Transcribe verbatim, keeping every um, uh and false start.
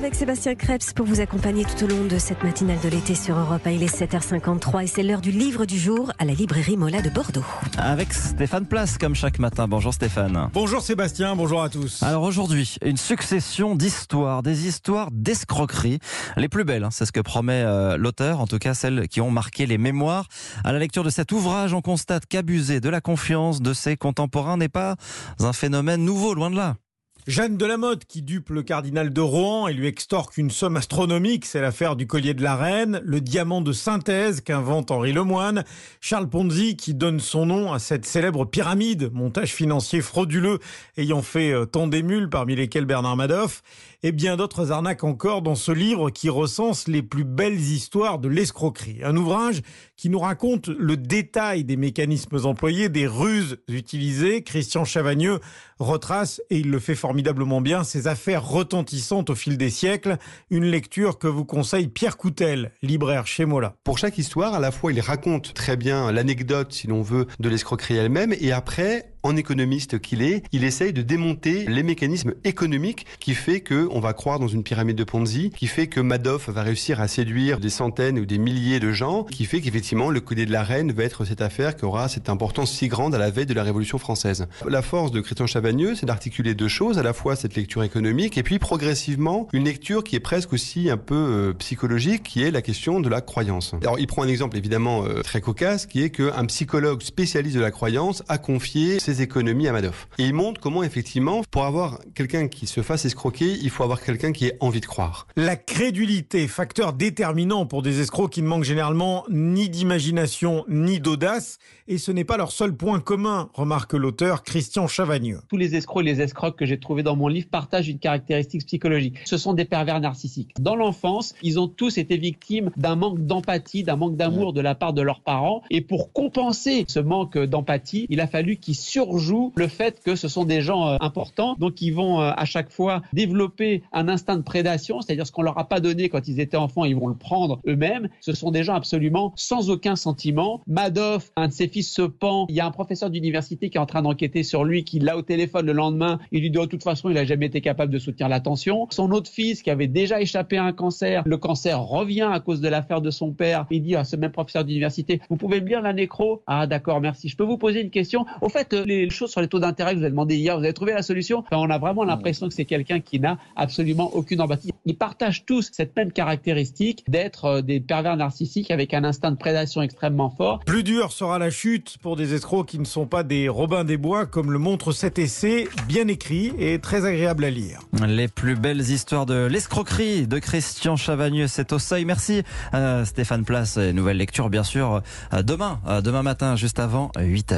avec Sébastien Krebs pour vous accompagner tout au long de cette matinale de l'été sur Europe un. Il est sept heures cinquante-trois et c'est l'heure du livre du jour à la librairie Mola de Bordeaux. Avec Stéphane Place, comme chaque matin. Bonjour Stéphane. Bonjour Sébastien, bonjour à tous. Alors aujourd'hui, une succession d'histoires, des histoires d'escroqueries. Les plus belles, hein, c'est ce que promet euh, l'auteur, en tout cas celles qui ont marqué les mémoires. À la lecture de cet ouvrage, on constate qu'abuser de la confiance de ses contemporains n'est pas un phénomène nouveau, loin de là. Jeanne Delamotte qui dupe le cardinal de Rohan et lui extorque une somme astronomique, c'est l'affaire du collier de la reine, le diamant de synthèse qu'invente Henri Lemoine, Charles Ponzi qui donne son nom à cette célèbre pyramide, montage financier frauduleux ayant fait tant d'émules parmi lesquels Bernard Madoff, et bien d'autres arnaques encore dans ce livre qui recense les plus belles histoires de l'escroquerie. Un ouvrage qui nous raconte le détail des mécanismes employés, des ruses utilisées. Christian Chavagneux retrace, et il le fait formidablement bien, ces affaires retentissantes au fil des siècles. Une lecture que vous conseille Pierre Coutel, libraire chez Mola. Pour chaque histoire, à la fois, il raconte très bien l'anecdote, si l'on veut, de l'escroquerie elle-même, et après, en économiste qu'il est, il essaye de démonter les mécanismes économiques qui fait que on va croire dans une pyramide de Ponzi, qui fait que Madoff va réussir à séduire des centaines ou des milliers de gens, qui fait qu'effectivement le collier de la reine va être cette affaire qui aura cette importance si grande à la veille de la Révolution française. La force de Christian Chavagneux, c'est d'articuler deux choses, à la fois cette lecture économique et puis progressivement une lecture qui est presque aussi un peu euh, psychologique, qui est la question de la croyance. Alors il prend un exemple évidemment euh, très cocasse, qui est qu'un psychologue spécialiste de la croyance a confié ses économies à Madoff. Et il montre comment effectivement, pour avoir quelqu'un qui se fasse escroquer, il faut avoir quelqu'un qui ait envie de croire. La crédulité, facteur déterminant pour des escrocs qui ne manquent généralement ni d'imagination ni d'audace, et ce n'est pas leur seul point commun, remarque l'auteur Christian Chavagneux. Tous les escrocs et les escrocs que j'ai trouvés dans mon livre partagent une caractéristique psychologique. Ce sont des pervers narcissiques. Dans l'enfance, ils ont tous été victimes d'un manque d'empathie, d'un manque d'amour de la part de leurs parents, et pour compenser ce manque d'empathie, il a fallu qu'ils surjouent le fait que ce sont des gens euh, importants, donc ils vont euh, à chaque fois développer un instinct de prédation, c'est-à-dire ce qu'on leur a pas donné quand ils étaient enfants, ils vont le prendre eux-mêmes. Ce sont des gens absolument sans aucun sentiment. Madoff, un de ses fils se pend, il y a un professeur d'université qui est en train d'enquêter sur lui, qui l'a au téléphone le lendemain, il lui dit oh, de toute façon il a jamais été capable de soutenir l'attention. Son autre fils qui avait déjà échappé à un cancer, le cancer revient à cause de l'affaire de son père, il dit à ce même professeur d'université vous pouvez me lire la nécro? Ah d'accord, merci, je peux vous poser une question? Au fait, les choses sur les taux d'intérêt que vous avez demandé hier, vous avez trouvé la solution? Enfin, on a vraiment l'impression que c'est quelqu'un qui n'a absolument aucune empathie. Ils partagent tous cette même caractéristique d'être des pervers narcissiques avec un instinct de prédation extrêmement fort. Plus dur sera la chute pour des escrocs qui ne sont pas des Robin des Bois, comme le montre cet essai, bien écrit et très agréable à lire. Les plus belles histoires de l'escroquerie de Christian Chavagneux, c'est au seuil. Merci euh, Stéphane Place. Nouvelle lecture bien sûr demain, demain matin, juste avant huit heures.